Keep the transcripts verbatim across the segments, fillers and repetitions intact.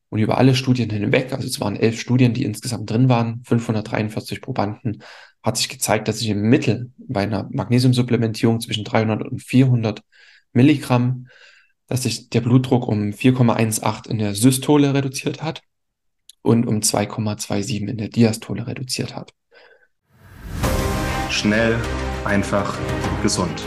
Und über alle Studien hinweg, also es waren elf Studien, die insgesamt drin waren, fünfhundertdreiundvierzig Probanden, hat sich gezeigt, dass sich im Mittel bei einer Magnesiumsupplementierung zwischen dreihundert und vierhundert Milligramm, dass sich der Blutdruck um vier Komma achtzehn in der Systole reduziert hat und um zwei Komma siebenundzwanzig in der Diastole reduziert hat. Schnell, einfach, gesund.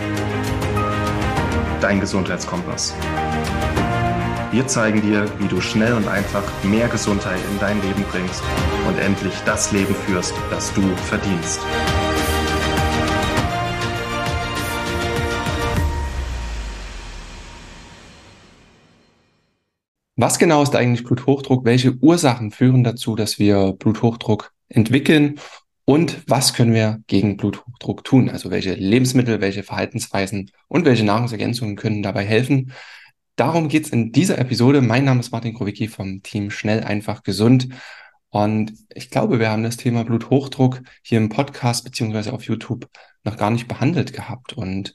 Dein Gesundheitskompass. Wir zeigen dir, wie du schnell und einfach mehr Gesundheit in dein Leben bringst und endlich das Leben führst, das du verdienst. Was genau ist eigentlich Bluthochdruck? Welche Ursachen führen dazu, dass wir Bluthochdruck entwickeln? Und was können wir gegen Bluthochdruck tun? Also welche Lebensmittel, welche Verhaltensweisen und welche Nahrungsergänzungen können dabei helfen? Darum geht es in dieser Episode. Mein Name ist Martin Krowicki vom Team Schnell, einfach, gesund. Und ich glaube, wir haben das Thema Bluthochdruck hier im Podcast beziehungsweise auf YouTube noch gar nicht behandelt gehabt. Und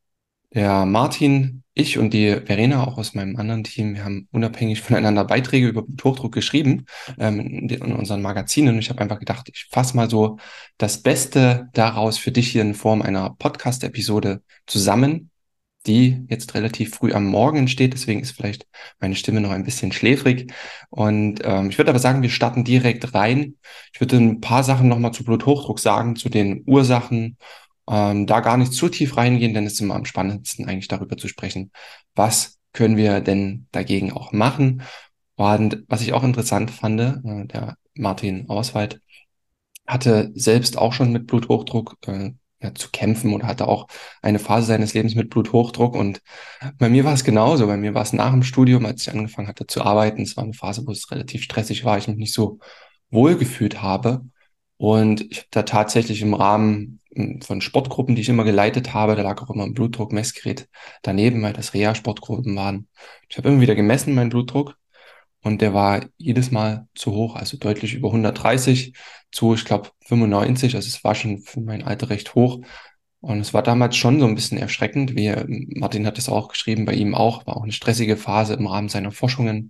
der Martin, ich und die Verena, auch aus meinem anderen Team, wir haben unabhängig voneinander Beiträge über Bluthochdruck geschrieben, ähm, in, in unseren Magazinen. Und ich habe einfach gedacht, ich fasse mal so das Beste daraus für dich hier in Form einer Podcast-Episode zusammen, die jetzt relativ früh am Morgen entsteht. Deswegen ist vielleicht meine Stimme noch ein bisschen schläfrig. Und ähm, ich würde aber sagen, wir starten direkt rein. Ich würde ein paar Sachen nochmal zu Bluthochdruck sagen, zu den Ursachen. Ähm, da gar nicht zu tief reingehen, denn es ist immer am spannendsten eigentlich darüber zu sprechen, was können wir denn dagegen auch machen. Und was ich auch interessant fand, äh, der Martin Auswald hatte selbst auch schon mit Bluthochdruck äh, ja, zu kämpfen und hatte auch eine Phase seines Lebens mit Bluthochdruck. Und bei mir war es genauso. Bei mir war es nach dem Studium, als ich angefangen hatte zu arbeiten. Es war eine Phase, wo es relativ stressig war, ich mich nicht so wohl gefühlt habe. Und ich habe da tatsächlich im Rahmen m, von Sportgruppen, die ich immer geleitet habe, da lag auch immer ein Blutdruckmessgerät daneben, weil das Reha-Sportgruppen waren. Ich habe immer wieder gemessen, meinen Blutdruck. Und der war jedes Mal zu hoch, also deutlich über hundertdreißig zu, ich glaube, fünfundneunzig. Also es war schon für mein Alter recht hoch. Und es war damals schon so ein bisschen erschreckend, wie ähm, Martin hat es auch geschrieben, bei ihm auch, war auch eine stressige Phase im Rahmen seiner Forschungen.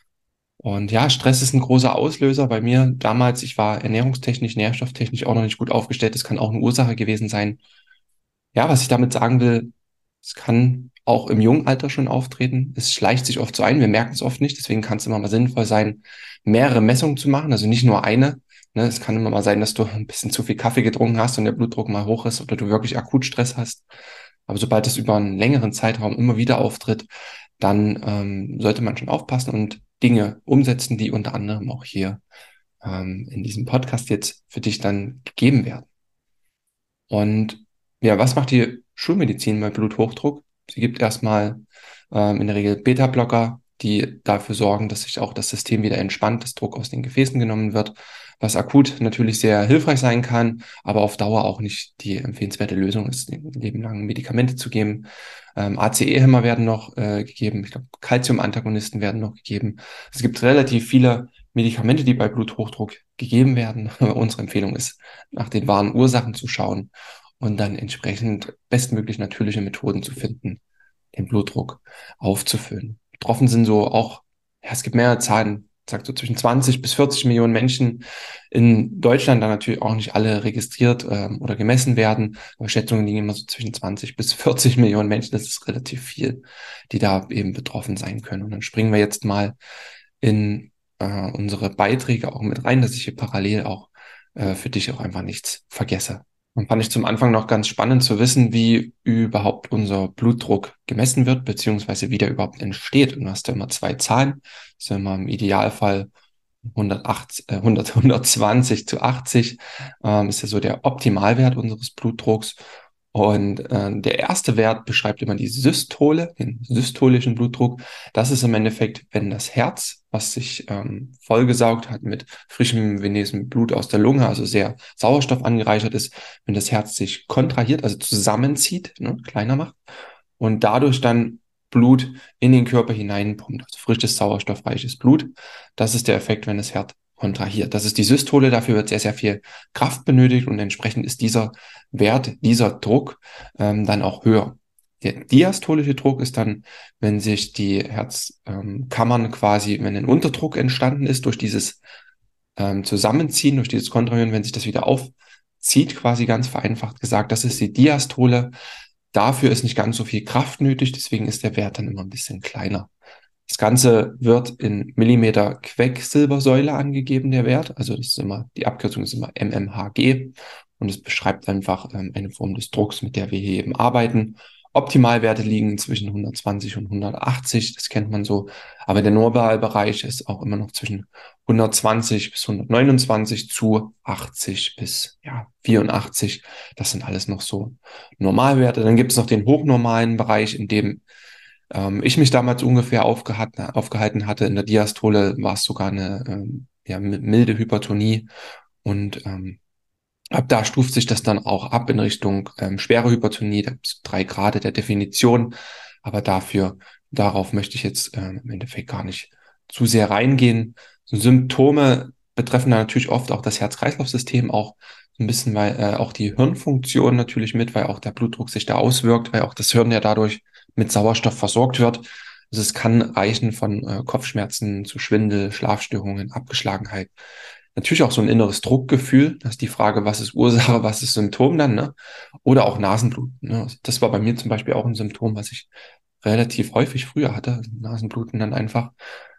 Und ja, Stress ist ein großer Auslöser. Bei mir damals, ich war ernährungstechnisch, nährstofftechnisch auch noch nicht gut aufgestellt. Das kann auch eine Ursache gewesen sein. Ja, was ich damit sagen will, es kann auch im jungen Alter schon auftreten. Es schleicht sich oft so ein, wir merken es oft nicht. Deswegen kann es immer mal sinnvoll sein, mehrere Messungen zu machen, also nicht nur eine. Ne, es kann immer mal sein, dass du ein bisschen zu viel Kaffee getrunken hast und der Blutdruck mal hoch ist oder du wirklich akut Stress hast. Aber sobald es über einen längeren Zeitraum immer wieder auftritt, dann ähm, sollte man schon aufpassen und Dinge umsetzen, die unter anderem auch hier ähm, in diesem Podcast jetzt für dich dann gegeben werden. Und ja, was macht die Schulmedizin bei Bluthochdruck? Sie gibt erstmal ähm, in der Regel Beta-Blocker, die dafür sorgen, dass sich auch das System wieder entspannt, dass Druck aus den Gefäßen genommen wird, was akut natürlich sehr hilfreich sein kann, aber auf Dauer auch nicht die empfehlenswerte Lösung ist, ein Leben lang Medikamente zu geben. Ähm, A C E-Hämmer werden noch äh, gegeben, ich glaube, Calcium-Antagonisten werden noch gegeben. Es gibt relativ viele Medikamente, die bei Bluthochdruck gegeben werden. Unsere Empfehlung ist, nach den wahren Ursachen zu schauen und dann entsprechend bestmöglich natürliche Methoden zu finden, den Blutdruck aufzufüllen. Betroffen sind so auch, ja, es gibt mehrere Zahlen, sagt so zwischen zwanzig bis vierzig Millionen Menschen in Deutschland, da natürlich auch nicht alle registriert ähm, oder gemessen werden, aber Schätzungen liegen immer so zwischen zwanzig bis vierzig Millionen Menschen, das ist relativ viel, die da eben betroffen sein können. Und dann springen wir jetzt mal in äh, unsere Beiträge auch mit rein, dass ich hier parallel auch äh, für dich auch einfach nichts vergesse. Und fand ich zum Anfang noch ganz spannend zu wissen, wie überhaupt unser Blutdruck gemessen wird, beziehungsweise wie der überhaupt entsteht. Und du hast ja immer zwei Zahlen. Das ist ja immer im Idealfall hundertacht, äh, hundert, hundertzwanzig zu achtzig, ähm, ist ja so der Optimalwert unseres Blutdrucks. Und äh, der erste Wert beschreibt immer die Systole, den systolischen Blutdruck. Das ist im Endeffekt, wenn das Herz, was sich ähm, vollgesaugt hat mit frischem venösem Blut aus der Lunge, also sehr Sauerstoff angereichert ist, wenn das Herz sich kontrahiert, also zusammenzieht, ne, kleiner macht und dadurch dann Blut in den Körper hineinpumpt, also frisches, sauerstoffreiches Blut. Das ist der Effekt, wenn das Herz kontrahiert. Das ist die Systole, dafür wird sehr, sehr viel Kraft benötigt und entsprechend ist dieser Wert, dieser Druck ähm, dann auch höher. Der diastolische Druck ist dann, wenn sich die Herzkammern quasi, wenn ein Unterdruck entstanden ist durch dieses ähm, Zusammenziehen, durch dieses Kontrahieren, wenn sich das wieder aufzieht, quasi ganz vereinfacht gesagt, das ist die Diastole. Dafür ist nicht ganz so viel Kraft nötig, deswegen ist der Wert dann immer ein bisschen kleiner. Das Ganze wird in Millimeter Quecksilbersäule angegeben, der Wert. Also das ist immer, die Abkürzung ist immer M M H G und es beschreibt einfach ähm, eine Form des Drucks, mit der wir hier eben arbeiten. Optimalwerte liegen zwischen hundertzwanzig und hundertachtzig, das kennt man so. Aber der Normalbereich ist auch immer noch zwischen hundertzwanzig bis hundertneunundzwanzig zu achtzig bis ja, vierundachtzig. Das sind alles noch so Normalwerte. Dann gibt es noch den hochnormalen Bereich, in dem ähm, ich mich damals ungefähr aufgehalten, aufgehalten hatte. In der Diastole war es sogar eine ähm, ja, milde Hypertonie und ähm, ab da stuft sich das dann auch ab in Richtung ähm, schwere Hypertonie. Da gibt es drei Grade der Definition, aber dafür, darauf möchte ich jetzt ähm, im Endeffekt gar nicht zu sehr reingehen. So Symptome betreffen da natürlich oft auch das Herz-Kreislauf-System, auch so ein bisschen, weil äh, auch die Hirnfunktion natürlich mit, weil auch der Blutdruck sich da auswirkt, weil auch das Hirn ja dadurch mit Sauerstoff versorgt wird. Also es kann reichen von äh, Kopfschmerzen zu Schwindel, Schlafstörungen, Abgeschlagenheit. Natürlich auch so ein inneres Druckgefühl. Das ist die Frage, was ist Ursache, was ist Symptom dann, ne? Oder auch Nasenbluten. Ne? Also das war bei mir zum Beispiel auch ein Symptom, was ich relativ häufig früher hatte. Also Nasenbluten dann einfach.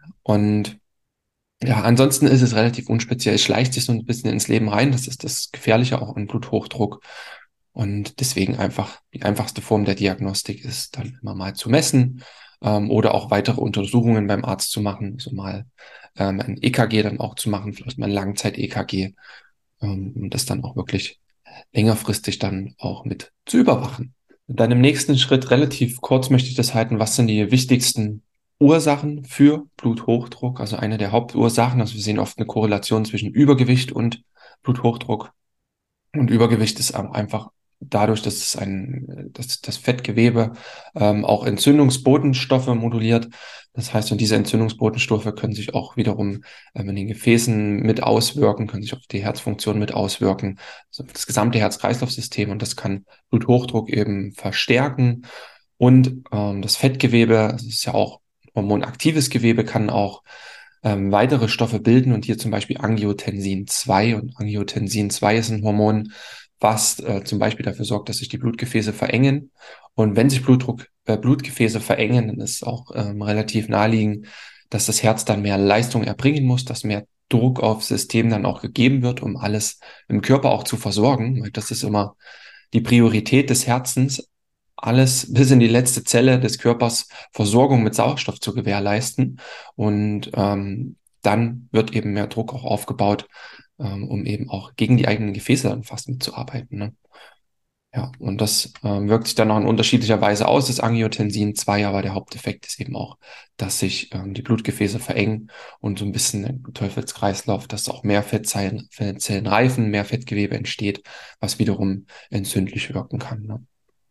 Und ja, ansonsten ist es relativ unspeziell. Es schleicht sich so ein bisschen ins Leben rein. Das ist das Gefährliche auch an Bluthochdruck. Und deswegen einfach die einfachste Form der Diagnostik ist dann immer mal zu messen ähm, oder auch weitere Untersuchungen beim Arzt zu machen. Also mal ähm, ein E K G dann auch zu machen, vielleicht mal ein Langzeit-E K G, ähm, und das dann auch wirklich längerfristig dann auch mit zu überwachen. Und dann im nächsten Schritt relativ kurz möchte ich das halten. Was sind die wichtigsten Ursachen für Bluthochdruck? Also eine der Hauptursachen. Also wir sehen oft eine Korrelation zwischen Übergewicht und Bluthochdruck. Und Übergewicht ist auch einfach dadurch, dass es ein, dass das Fettgewebe ähm, auch Entzündungsbotenstoffe moduliert. Das heißt, und diese Entzündungsbotenstoffe können sich auch wiederum ähm, in den Gefäßen mit auswirken, können sich auf die Herzfunktion mit auswirken, also auf das gesamte Herz-Kreislauf-System. Und das kann Bluthochdruck eben verstärken. Und ähm, das Fettgewebe, das ist ja auch hormonaktives Gewebe, kann auch ähm, weitere Stoffe bilden und hier zum Beispiel Angiotensin zwei. Und Angiotensin zwei ist ein Hormon, was äh, zum Beispiel dafür sorgt, dass sich die Blutgefäße verengen. Und wenn sich Blutdruck, äh, Blutgefäße verengen, dann ist auch ähm, relativ naheliegend, dass das Herz dann mehr Leistung erbringen muss, dass mehr Druck aufs System dann auch gegeben wird, um alles im Körper auch zu versorgen. Weil das ist immer die Priorität des Herzens, alles bis in die letzte Zelle des Körpers Versorgung mit Sauerstoff zu gewährleisten. Und ähm, dann wird eben mehr Druck auch aufgebaut, ähm, um eben auch gegen die eigenen Gefäße dann fast mitzuarbeiten. Ne? Ja, und das ähm, wirkt sich dann noch in unterschiedlicher Weise aus, das Angiotensin zwei, aber der Haupteffekt ist eben auch, dass sich ähm, die Blutgefäße verengen und so ein bisschen ein Teufelskreislauf, dass auch mehr Fettzellen, Fettzellen reifen, mehr Fettgewebe entsteht, was wiederum entzündlich wirken kann. Ne?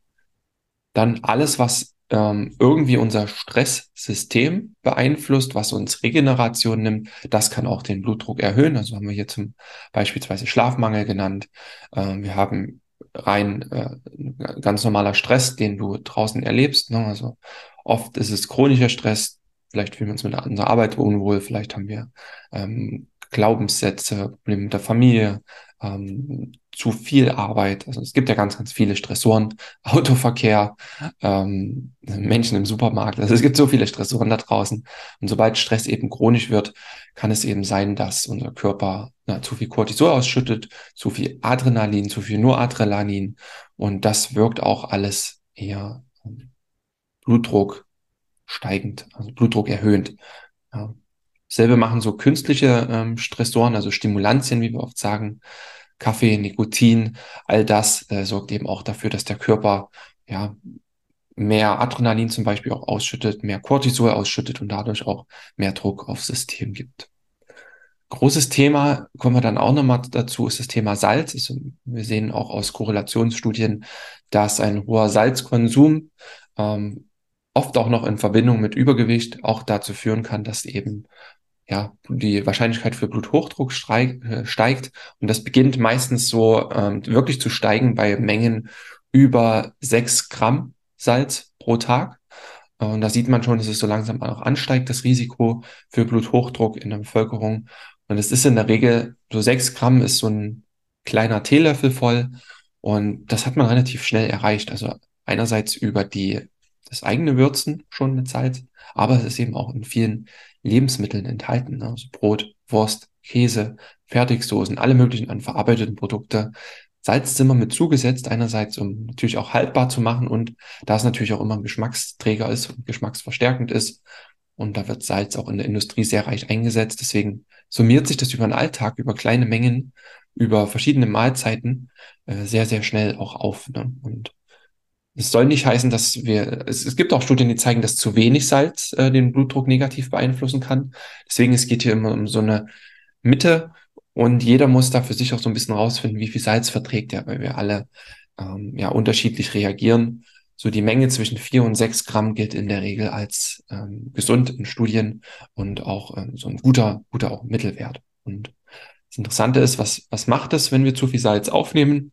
Dann alles, was ähm, irgendwie unser Stresssystem beeinflusst, was uns Regeneration nimmt, das kann auch den Blutdruck erhöhen. Also haben wir hier zum beispielsweise Schlafmangel genannt. Ähm, wir haben rein äh, ganz normaler Stress, den du draußen erlebst. Ne? Also oft ist es chronischer Stress. Vielleicht fühlen wir uns mit unserer Arbeit unwohl. Vielleicht haben wir ähm, Glaubenssätze, Probleme mit der Familie, ähm, zu viel Arbeit. Also es gibt ja ganz, ganz viele Stressoren, Autoverkehr, ähm, Menschen im Supermarkt. Also es gibt so viele Stressoren da draußen. Und sobald Stress eben chronisch wird, kann es eben sein, dass unser Körper na, zu viel Cortisol ausschüttet, zu viel Adrenalin, zu viel Noradrenalin. Und das wirkt auch alles eher ähm, Blutdruck steigend, also Blutdruck erhöhend. Ja. Selbe machen so künstliche ähm, Stressoren, also Stimulantien, wie wir oft sagen, Kaffee, Nikotin, all das äh, sorgt eben auch dafür, dass der Körper ja mehr Adrenalin zum Beispiel auch ausschüttet, mehr Cortisol ausschüttet und dadurch auch mehr Druck aufs System gibt. Großes Thema, kommen wir dann auch nochmal dazu, ist das Thema Salz. Also wir sehen auch aus Korrelationsstudien, dass ein hoher Salzkonsum ähm, oft auch noch in Verbindung mit Übergewicht auch dazu führen kann, dass eben ja, die Wahrscheinlichkeit für Bluthochdruck streik, äh, steigt. Und das beginnt meistens so ähm, wirklich zu steigen bei Mengen über sechs Gramm Salz pro Tag. Und da sieht man schon, dass es so langsam auch ansteigt, das Risiko für Bluthochdruck in der Bevölkerung. Und es ist in der Regel, so sechs Gramm ist so ein kleiner Teelöffel voll. Und das hat man relativ schnell erreicht. Also einerseits über die, das eigene Würzen schon mit Salz, aber es ist eben auch in vielen Lebensmitteln enthalten. Ne? Also Brot, Wurst, Käse, Fertigsoßen, alle möglichen an verarbeiteten Produkte. Salz ist immer mit zugesetzt, einerseits um natürlich auch haltbar zu machen und da es natürlich auch immer ein Geschmacksträger ist und geschmacksverstärkend ist. Und da wird Salz auch in der Industrie sehr reich eingesetzt. Deswegen summiert sich das über den Alltag, über kleine Mengen, über verschiedene Mahlzeiten äh, sehr, sehr schnell auch auf. Ne? Und es soll nicht heißen, dass wir, es, es gibt auch Studien, die zeigen, dass zu wenig Salz äh, den Blutdruck negativ beeinflussen kann. Deswegen, es geht hier immer um so eine Mitte und jeder muss da für sich auch so ein bisschen rausfinden, wie viel Salz verträgt er, weil wir alle ähm, ja unterschiedlich reagieren. So die Menge zwischen vier und sechs Gramm gilt in der Regel als ähm, gesund in Studien und auch ähm, so ein guter, guter auch Mittelwert. Und das Interessante ist, was, was macht es, wenn wir zu viel Salz aufnehmen?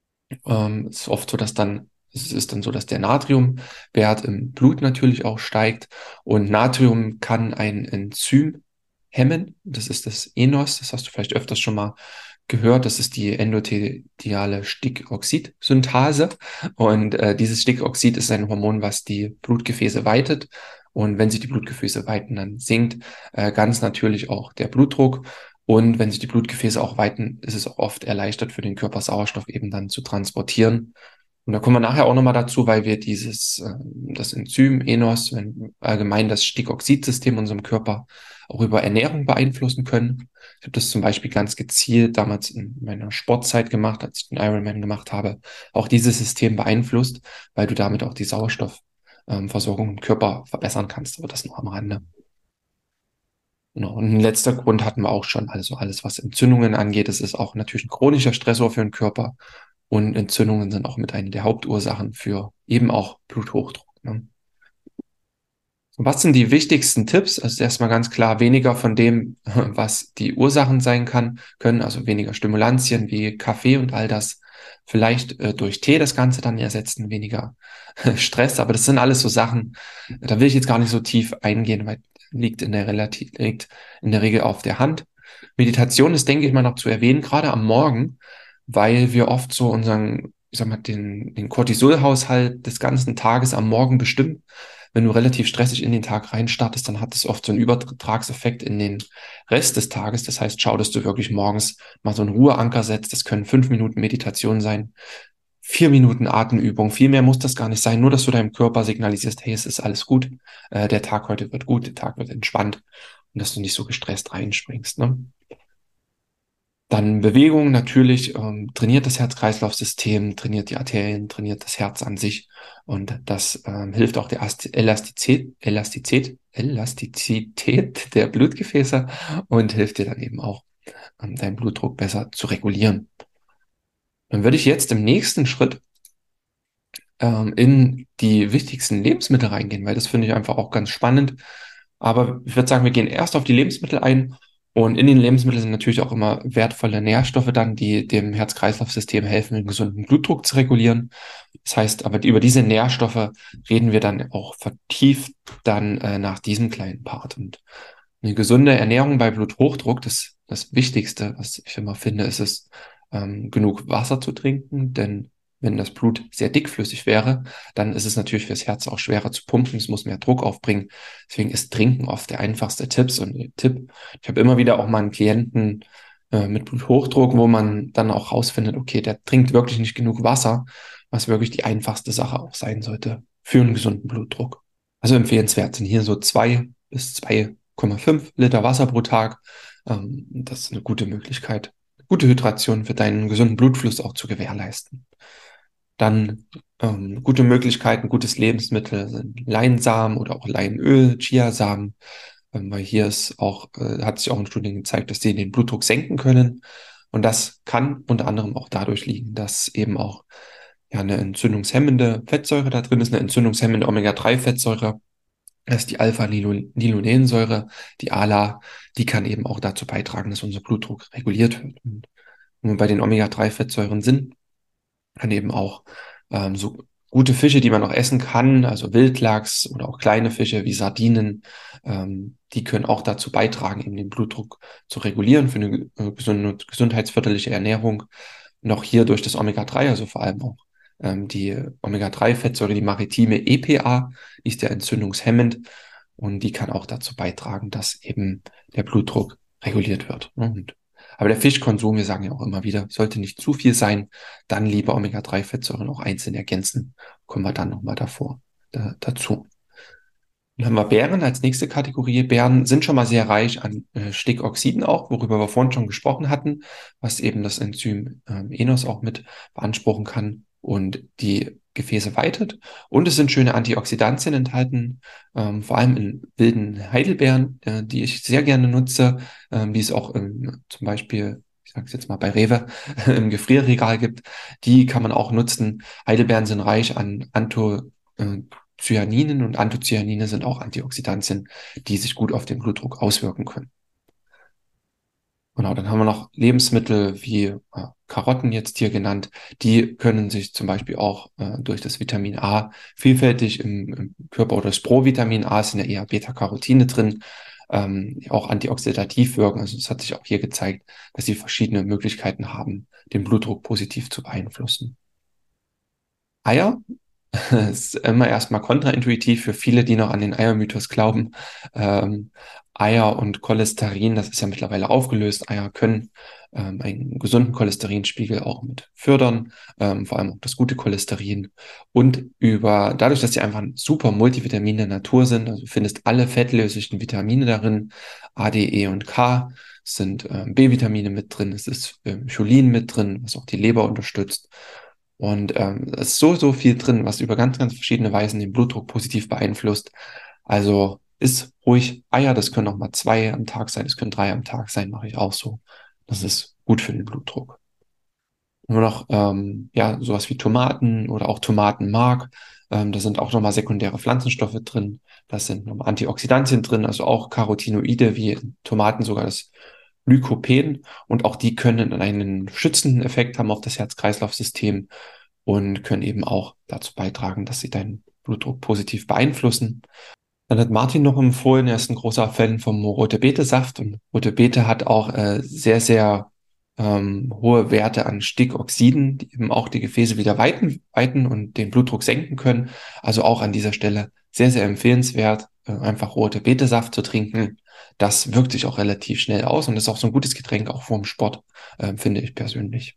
Ähm, es ist oft so, dass dann, es ist dann so, dass der Natriumwert im Blut natürlich auch steigt und Natrium kann ein Enzym hemmen. Das ist das eNOS, das hast du vielleicht öfters schon mal gehört. Das ist die endotheliale Stickoxidsynthase. Und äh, dieses Stickoxid ist ein Hormon, was die Blutgefäße weitet. Und wenn sich die Blutgefäße weiten, dann sinkt äh, ganz natürlich auch der Blutdruck. Und wenn sich die Blutgefäße auch weiten, ist es auch oft erleichtert für den Körper, Sauerstoff eben dann zu transportieren. Und da kommen wir nachher auch nochmal dazu, weil wir dieses, äh, das Enzym eNOS, wenn allgemein das Stickoxidsystem in unserem Körper auch über Ernährung beeinflussen können. Ich habe das zum Beispiel ganz gezielt damals in meiner Sportzeit gemacht, als ich den Ironman gemacht habe, auch dieses System beeinflusst, weil du damit auch die Sauerstoffversorgung im Körper verbessern kannst. Aber das noch am Rande. Genau. Und ein letzter Grund hatten wir auch schon, also alles, was Entzündungen angeht, das ist auch natürlich ein chronischer Stressor für den Körper. Und Entzündungen sind auch mit einer der Hauptursachen für eben auch Bluthochdruck. Ne? Was sind die wichtigsten Tipps? Also erstmal ganz klar weniger von dem, was die Ursachen sein kann, können, also weniger Stimulantien wie Kaffee und all das. Vielleicht äh, durch Tee das Ganze dann ersetzen, weniger Stress. Aber das sind alles so Sachen, da will ich jetzt gar nicht so tief eingehen, weil liegt in der relativ, liegt in der Regel auf der Hand. Meditation ist, denke ich mal, noch zu erwähnen, gerade am Morgen, weil wir oft so unseren, ich sag mal, den, den Cortisolhaushalt des ganzen Tages am Morgen bestimmen. Wenn du relativ stressig in den Tag reinstartest, dann hat es oft so einen Übertragseffekt in den Rest des Tages. Das heißt, schau, dass du wirklich morgens mal so einen Ruheanker setzt. Das können fünf Minuten Meditation sein, vier Minuten Atemübung. Viel mehr muss das gar nicht sein. Nur, dass du deinem Körper signalisierst, hey, es ist alles gut. Äh, der Tag heute wird gut, der Tag wird entspannt und dass du nicht so gestresst reinspringst. Ne? Dann Bewegung natürlich, ähm, trainiert das Herz-Kreislauf-System, trainiert die Arterien, trainiert das Herz an sich und das ähm, hilft auch der Ast- Elastizität, Elastizität, Elastizität der Blutgefäße und hilft dir dann eben auch, ähm, deinen Blutdruck besser zu regulieren. Dann würde ich jetzt im nächsten Schritt ähm, in die wichtigsten Lebensmittel reingehen, weil das finde ich einfach auch ganz spannend. Aber ich würde sagen, wir gehen erst auf die Lebensmittel ein. Und in den Lebensmitteln sind natürlich auch immer wertvolle Nährstoffe dann, die dem Herz-Kreislauf-System helfen, den gesunden Blutdruck zu regulieren. Das heißt, aber über diese Nährstoffe reden wir dann auch vertieft dann äh, nach diesem kleinen Part. Und eine gesunde Ernährung bei Bluthochdruck, das, das Wichtigste, was ich immer finde, ist es, ähm, genug Wasser zu trinken, denn wenn das Blut sehr dickflüssig wäre, dann ist es natürlich fürs Herz auch schwerer zu pumpen. Es muss mehr Druck aufbringen. Deswegen ist Trinken oft der einfachste Tipps und Tipp. Ich habe immer wieder auch mal einen Klienten äh, mit Bluthochdruck, wo man dann auch rausfindet, okay, der trinkt wirklich nicht genug Wasser, was wirklich die einfachste Sache auch sein sollte für einen gesunden Blutdruck. Also empfehlenswert sind hier so zwei bis zwei Komma fünf Liter Wasser pro Tag. Ähm, das ist eine gute Möglichkeit, gute Hydration für deinen gesunden Blutfluss auch zu gewährleisten. Dann ähm, gute Möglichkeiten, gutes Lebensmittel sind Leinsamen oder auch Leinöl, Chiasamen, ähm, weil hier ist auch, äh, hat sich auch in Studien gezeigt, dass sie den Blutdruck senken können. Und das kann unter anderem auch dadurch liegen, dass eben auch ja, eine entzündungshemmende Fettsäure da drin ist, eine entzündungshemmende Omega drei Fettsäure. Das ist die Alpha-Linolensäure, die A L A, die kann eben auch dazu beitragen, dass unser Blutdruck reguliert wird. Und wenn wir bei den Omega drei Fettsäuren sind, kann eben auch ähm, so gute Fische, die man auch essen kann, also Wildlachs oder auch kleine Fische wie Sardinen, ähm, die können auch dazu beitragen, eben den Blutdruck zu regulieren für eine äh, gesunde, gesundheitsförderliche Ernährung. Und auch hier durch das Omega drei, also vor allem auch ähm, die Omega drei Fettsäure, die maritime E P A, die ist ja entzündungshemmend und die kann auch dazu beitragen, dass eben der Blutdruck reguliert wird. Und, aber der Fischkonsum, wir sagen ja auch immer wieder, sollte nicht zu viel sein, dann lieber Omega drei Fettsäuren auch einzeln ergänzen. Kommen wir dann nochmal davor, da, dazu. Dann haben wir Beeren als nächste Kategorie. Beeren sind schon mal sehr reich an äh, Stickoxiden auch, worüber wir vorhin schon gesprochen hatten, was eben das Enzym ähm, eNOS auch mit beanspruchen kann und die Gefäße weitet. Und es sind schöne Antioxidantien enthalten, ähm, vor allem in wilden Heidelbeeren, äh, die ich sehr gerne nutze, ähm, die es auch im, zum Beispiel, ich sage es jetzt mal bei Rewe, im Gefrierregal gibt. Die kann man auch nutzen. Heidelbeeren sind reich an Anto äh, Cyaninen und Anthocyanine sind auch Antioxidantien, die sich gut auf den Blutdruck auswirken können. Genau, dann haben wir noch Lebensmittel wie äh, Karotten jetzt hier genannt. Die können sich zum Beispiel auch äh, durch das Vitamin A vielfältig im, im Körper oder das Provitamin A sind ja eher Beta-Carotine drin, ähm, auch antioxidativ wirken. Also es hat sich auch hier gezeigt, dass sie verschiedene Möglichkeiten haben, den Blutdruck positiv zu beeinflussen. Eier ist immer erstmal kontraintuitiv für viele, die noch an den Eiermythos glauben. Ähm, Eier und Cholesterin, das ist ja mittlerweile aufgelöst. Eier können ähm, einen gesunden Cholesterinspiegel auch mit fördern, ähm, vor allem auch das gute Cholesterin. Und über, dadurch, dass sie einfach ein super Multivitamin der Natur sind, also du findest alle fettlöslichen Vitamine darin, A, D, E und K, es sind ähm, B-Vitamine mit drin, es ist ähm, Cholin mit drin, was auch die Leber unterstützt. Und ähm, es ist so, so viel drin, was über ganz, ganz verschiedene Weisen den Blutdruck positiv beeinflusst. Also ist ruhig Eier, das können auch mal zwei am Tag sein, das können drei am Tag sein, mache ich auch so. Das ist gut für den Blutdruck. Nur noch ähm, ja sowas wie Tomaten oder auch Tomatenmark. Ähm, da sind auch nochmal sekundäre Pflanzenstoffe drin. Da sind nochmal Antioxidantien drin, also auch Carotinoide, wie in Tomaten sogar das Lycopen. Und auch die können einen schützenden Effekt haben auf das Herz-Kreislauf-System und können eben auch dazu beitragen, dass sie deinen Blutdruck positiv beeinflussen. Dann hat Martin noch empfohlen, er ist ein großer Fan vom Rote Beete-Saft und Rote Beete hat auch äh, sehr, sehr ähm, hohe Werte an Stickoxiden, die eben auch die Gefäße wieder weiten, weiten und den Blutdruck senken können. Also auch an dieser Stelle sehr, sehr empfehlenswert, äh, einfach Rote Beete-Saft zu trinken. Das wirkt sich auch relativ schnell aus und ist auch so ein gutes Getränk auch vorm Sport, äh, finde ich persönlich.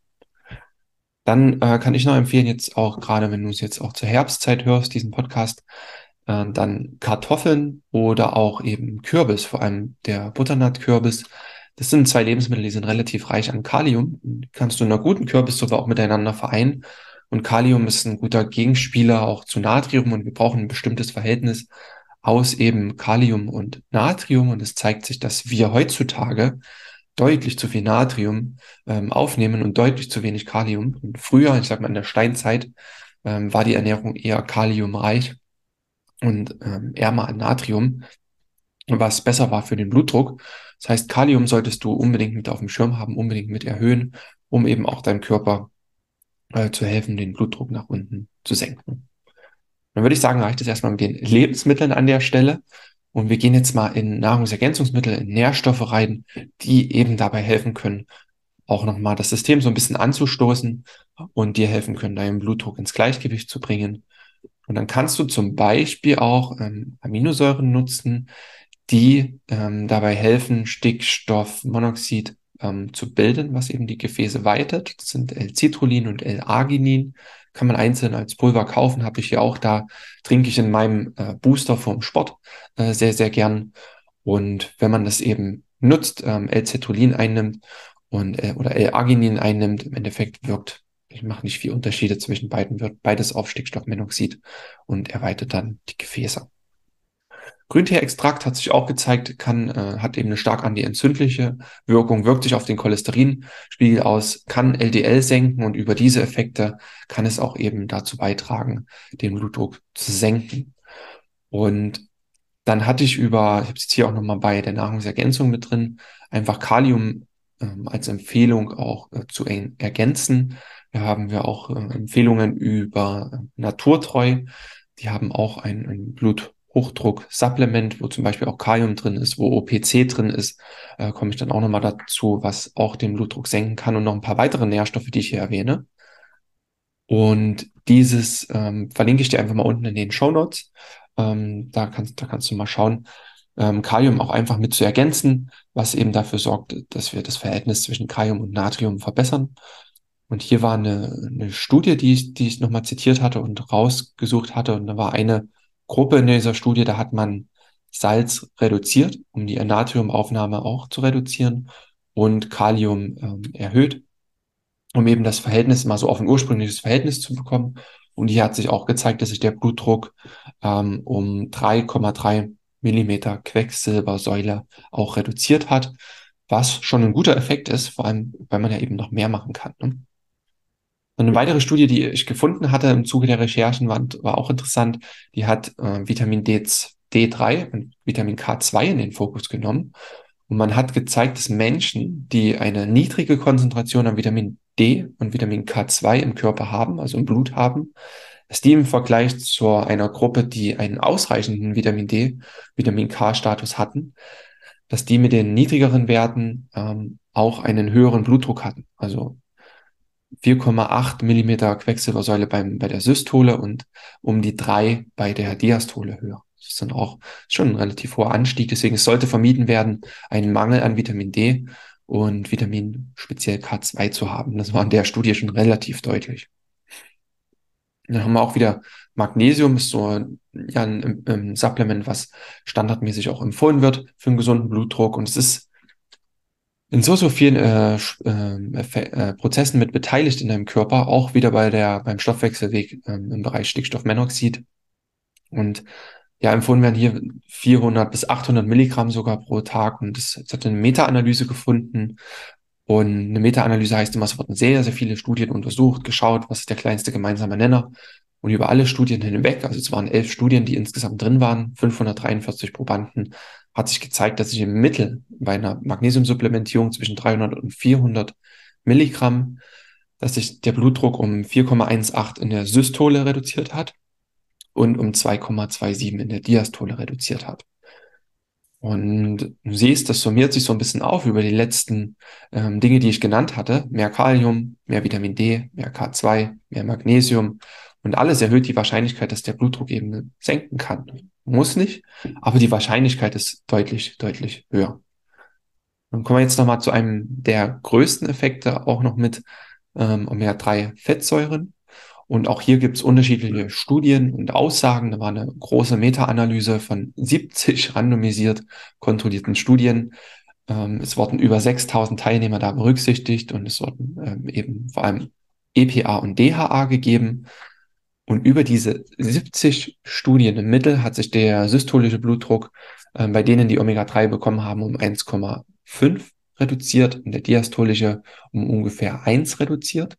Dann äh, kann ich noch empfehlen, jetzt auch gerade, wenn du es jetzt auch zur Herbstzeit hörst, diesen Podcast, äh, dann Kartoffeln oder auch eben Kürbis, vor allem der Butternut-Kürbis. Das sind zwei Lebensmittel, die sind relativ reich an Kalium. Die kannst du in einer guten Kürbissuppe auch miteinander vereinen. Und Kalium ist ein guter Gegenspieler auch zu Natrium und wir brauchen ein bestimmtes Verhältnis aus eben Kalium und Natrium. Und es zeigt sich, dass wir heutzutage deutlich zu viel Natrium ähm, aufnehmen und deutlich zu wenig Kalium. Und früher, ich sag mal in der Steinzeit, ähm, war die Ernährung eher kaliumreich und ähm, ärmer an Natrium, was besser war für den Blutdruck. Das heißt, Kalium solltest du unbedingt mit auf dem Schirm haben, unbedingt mit erhöhen, um eben auch deinem Körper äh, zu helfen, den Blutdruck nach unten zu senken. Dann würde ich sagen, reicht es erstmal mit den Lebensmitteln an der Stelle. Und wir gehen jetzt mal in Nahrungsergänzungsmittel, in Nährstoffe rein, die eben dabei helfen können, auch nochmal das System so ein bisschen anzustoßen und dir helfen können, deinen Blutdruck ins Gleichgewicht zu bringen. Und dann kannst du zum Beispiel auch ähm, Aminosäuren nutzen, die ähm, dabei helfen, Stickstoffmonoxid ähm, zu bilden, was eben die Gefäße weitet. Das sind L-Citrullin und L-Arginin. Kann man einzeln als Pulver kaufen, habe ich hier auch da. Trinke ich in meinem äh, Booster vom Sport äh, sehr, sehr gern. Und wenn man das eben nutzt, ähm, L-Citrullin einnimmt und äh, oder L-Arginin einnimmt, im Endeffekt wirkt, ich mache nicht viel Unterschiede zwischen beiden, wirkt beides auf Stickstoffmonoxid und erweitert dann die Gefäße. Grünteeextrakt hat sich auch gezeigt, kann, äh, hat eben eine stark antientzündliche Wirkung, wirkt sich auf den Cholesterinspiegel aus, kann L D L senken und über diese Effekte kann es auch eben dazu beitragen, den Blutdruck zu senken. Und dann hatte ich über, ich habe es jetzt hier auch nochmal bei der Nahrungsergänzung mit drin, einfach Kalium ähm, als Empfehlung auch äh, zu ergänzen. Da haben wir auch äh, Empfehlungen über äh, Naturtreu. Die haben auch ein, ein Bluthochdruck-Supplement, wo zum Beispiel auch Kalium drin ist, wo O P C drin ist. Äh, komme ich dann auch nochmal dazu, was auch den Blutdruck senken kann und noch ein paar weitere Nährstoffe, die ich hier erwähne. Und dieses ähm, verlinke ich dir einfach mal unten in den Shownotes. Ähm, da kannst, da kannst du mal schauen, ähm, Kalium auch einfach mit zu ergänzen, was eben dafür sorgt, dass wir das Verhältnis zwischen Kalium und Natrium verbessern. Und hier war eine, eine Studie, die ich, die ich nochmal zitiert hatte und rausgesucht hatte. Und da war eine Gruppe in dieser Studie, da hat man Salz reduziert, um die Natriumaufnahme auch zu reduzieren und Kalium ähm, erhöht, um eben das Verhältnis mal so auf ein ursprüngliches Verhältnis zu bekommen. Und hier hat sich auch gezeigt, dass sich der Blutdruck ähm, um drei Komma drei Millimeter Quecksilbersäule auch reduziert hat, was schon ein guter Effekt ist, vor allem, weil man ja eben noch mehr machen kann. Ne? Und eine weitere Studie, die ich gefunden hatte im Zuge der Recherchen, war, war auch interessant. Die hat äh, Vitamin D, D drei und Vitamin K zwei in den Fokus genommen. Und man hat gezeigt, dass Menschen, die eine niedrige Konzentration an Vitamin D und Vitamin K zwei im Körper haben, also im Blut haben, dass die im Vergleich zu einer Gruppe, die einen ausreichenden Vitamin D, Vitamin K-Status hatten, dass die mit den niedrigeren Werten ähm, auch einen höheren Blutdruck hatten. Also vier Komma acht Millimeter Quecksilbersäule beim, bei der Systole und um die drei bei der Diastole höher. Das ist dann auch schon ein relativ hoher Anstieg. Deswegen es sollte vermieden werden, einen Mangel an Vitamin D und Vitamin speziell K zwei zu haben. Das war in der Studie schon relativ deutlich. Dann haben wir auch wieder Magnesium, ist so ja, ein, ein Supplement, was standardmäßig auch empfohlen wird für einen gesunden Blutdruck. Und es ist in so, so vielen äh, äh, äh, Prozessen mit beteiligt in deinem Körper, auch wieder bei der, beim Stoffwechselweg ähm, im Bereich Stickstoffmonoxid. Und ja, empfohlen werden hier vierhundert bis achthundert Milligramm sogar pro Tag. Und es hat eine Meta-Analyse gefunden. Und eine Meta-Analyse heißt immer, es wurden sehr, sehr viele Studien untersucht, geschaut, was ist der kleinste gemeinsame Nenner. Und über alle Studien hinweg, also es waren elf Studien, die insgesamt drin waren, fünfhundertdreiundvierzig Probanden, hat sich gezeigt, dass sich im Mittel bei einer Magnesiumsupplementierung zwischen dreihundert und vierhundert Milligramm, dass sich der Blutdruck um vier Komma achtzehn in der Systole reduziert hat und um zwei Komma siebenundzwanzig in der Diastole reduziert hat. Und du siehst, das summiert sich so ein bisschen auf über die letzten ähm, Dinge, die ich genannt hatte. Mehr Kalium, mehr Vitamin D, mehr K zwei, mehr Magnesium. Und alles erhöht die Wahrscheinlichkeit, dass der Blutdruck eben senken kann. Muss nicht, aber die Wahrscheinlichkeit ist deutlich, deutlich höher. Dann kommen wir jetzt nochmal zu einem der größten Effekte auch noch mit ähm, Omega drei Fettsäuren. Und auch hier gibt es unterschiedliche Studien und Aussagen. Da war eine große Meta-Analyse von siebzig randomisiert kontrollierten Studien. Ähm, es wurden über sechstausend Teilnehmer da berücksichtigt und es wurden ähm, eben vor allem E P A und D H A gegeben. Und über diese siebzig Studien im Mittel hat sich der systolische Blutdruck äh, bei denen, die Omega drei bekommen haben, um eins Komma fünf reduziert und der diastolische um ungefähr eins reduziert.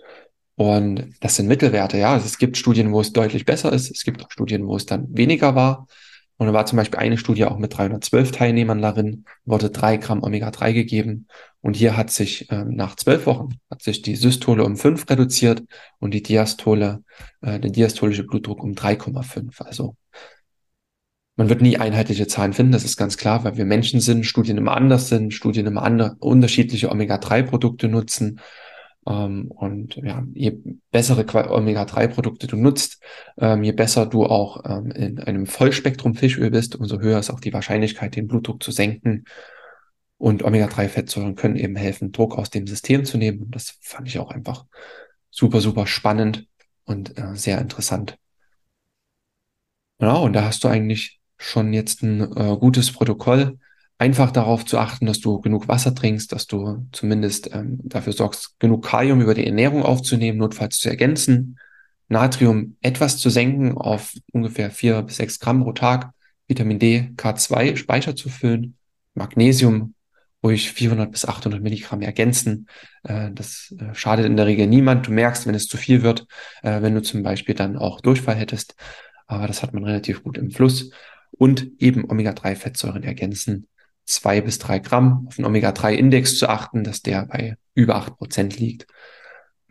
Und das sind Mittelwerte, ja. Also es gibt Studien, wo es deutlich besser ist. Es gibt auch Studien, wo es dann weniger war. Und da war zum Beispiel eine Studie auch mit dreihundertzwölf Teilnehmern darin, wurde drei Gramm Omega drei gegeben. Und hier hat sich ähm, nach zwölf Wochen hat sich die Systole um fünf reduziert und die Diastole, äh, der diastolische Blutdruck um drei Komma fünf. Also man wird nie einheitliche Zahlen finden, das ist ganz klar, weil wir Menschen sind, Studien immer anders sind, Studien immer andere, unterschiedliche Omega drei Produkte nutzen. Ähm, und ja, je bessere Omega drei Produkte du nutzt, ähm, je besser du auch ähm, in einem Vollspektrum Fischöl bist, umso höher ist auch die Wahrscheinlichkeit, den Blutdruck zu senken. Und Omega drei Fettsäuren können eben helfen, Druck aus dem System zu nehmen. Und das fand ich auch einfach super, super spannend und äh, sehr interessant. Ja, und da hast du eigentlich schon jetzt ein äh, gutes Protokoll. Einfach darauf zu achten, dass du genug Wasser trinkst, dass du zumindest ähm, dafür sorgst, genug Kalium über die Ernährung aufzunehmen, notfalls zu ergänzen, Natrium etwas zu senken auf ungefähr vier bis sechs Gramm pro Tag, Vitamin D, K zwei Speicher zu füllen, Magnesium ruhig vierhundert bis achthundert Milligramm ergänzen. Äh, das äh, schadet in der Regel niemand. Du merkst, wenn es zu viel wird, äh, wenn du zum Beispiel dann auch Durchfall hättest. Aber das hat man relativ gut im Fluss. Und eben Omega drei Fettsäuren ergänzen. Zwei bis drei Gramm auf den Omega drei Index zu achten, dass der bei über acht Prozent liegt.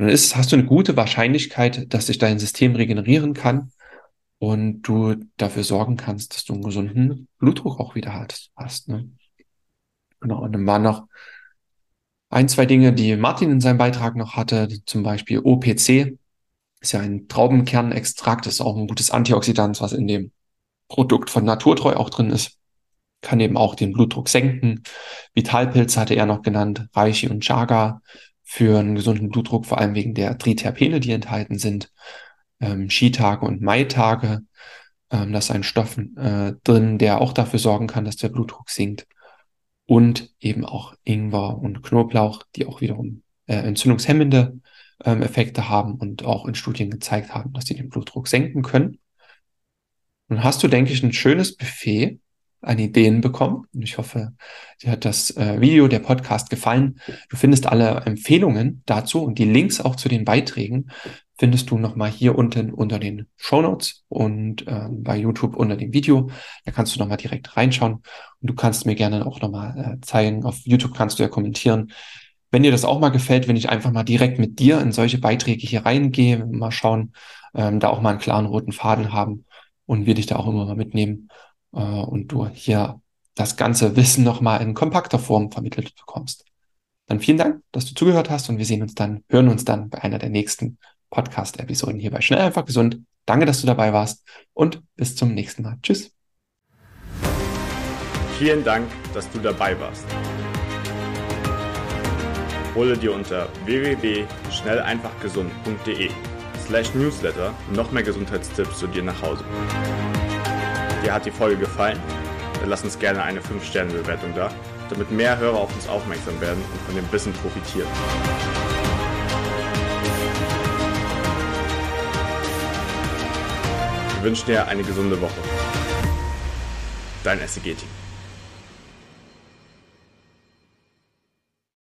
dann ist, hast du eine gute Wahrscheinlichkeit, dass sich dein System regenerieren kann und du dafür sorgen kannst, dass du einen gesunden Blutdruck auch wieder hast. hast ne? Genau, und dann waren noch ein, zwei Dinge, die Martin in seinem Beitrag noch hatte, zum Beispiel O P C, ist ja ein Traubenkernextrakt, ist auch ein gutes Antioxidant, was in dem Produkt von Naturtreu auch drin ist. Kann eben auch den Blutdruck senken. Vitalpilze hatte er noch genannt, Reishi und Chaga für einen gesunden Blutdruck, vor allem wegen der Triterpene, die enthalten sind. Ähm, Shiitake und Maitake, ähm, das ist ein Stoff äh, drin, der auch dafür sorgen kann, dass der Blutdruck sinkt. Und eben auch Ingwer und Knoblauch, die auch wiederum äh, entzündungshemmende ähm, Effekte haben und auch in Studien gezeigt haben, dass sie den Blutdruck senken können. Nun hast du, denke ich, ein schönes Buffet an Ideen bekommen. Und ich hoffe, dir hat das äh, Video, der Podcast gefallen. Du findest alle Empfehlungen dazu und die Links auch zu den Beiträgen findest du nochmal hier unten unter den Shownotes und äh, bei YouTube unter dem Video. Da kannst du nochmal direkt reinschauen und du kannst mir gerne auch nochmal äh, zeigen. Auf YouTube kannst du ja kommentieren. Wenn dir das auch mal gefällt, wenn ich einfach mal direkt mit dir in solche Beiträge hier reingehe, mal schauen, ähm, da auch mal einen klaren roten Faden haben und wir dich da auch immer mal mitnehmen äh, und du hier das ganze Wissen nochmal in kompakter Form vermittelt bekommst. Dann vielen Dank, dass du zugehört hast und wir sehen uns dann, hören uns dann bei einer der nächsten Podcast-Episoden hier bei Schnell einfach gesund. Danke, dass du dabei warst und bis zum nächsten Mal. Tschüss. Vielen Dank, dass du dabei warst. Hole dir unter w w w punkt schnell einfach gesund punkt de slash newsletter noch mehr Gesundheitstipps zu dir nach Hause. Dir hat die Folge gefallen? Dann lass uns gerne eine fünf Sterne Bewertung da, damit mehr Hörer auf uns aufmerksam werden und von dem Wissen profitieren. Wir wünschen dir eine gesunde Woche. Dein S C G-Team.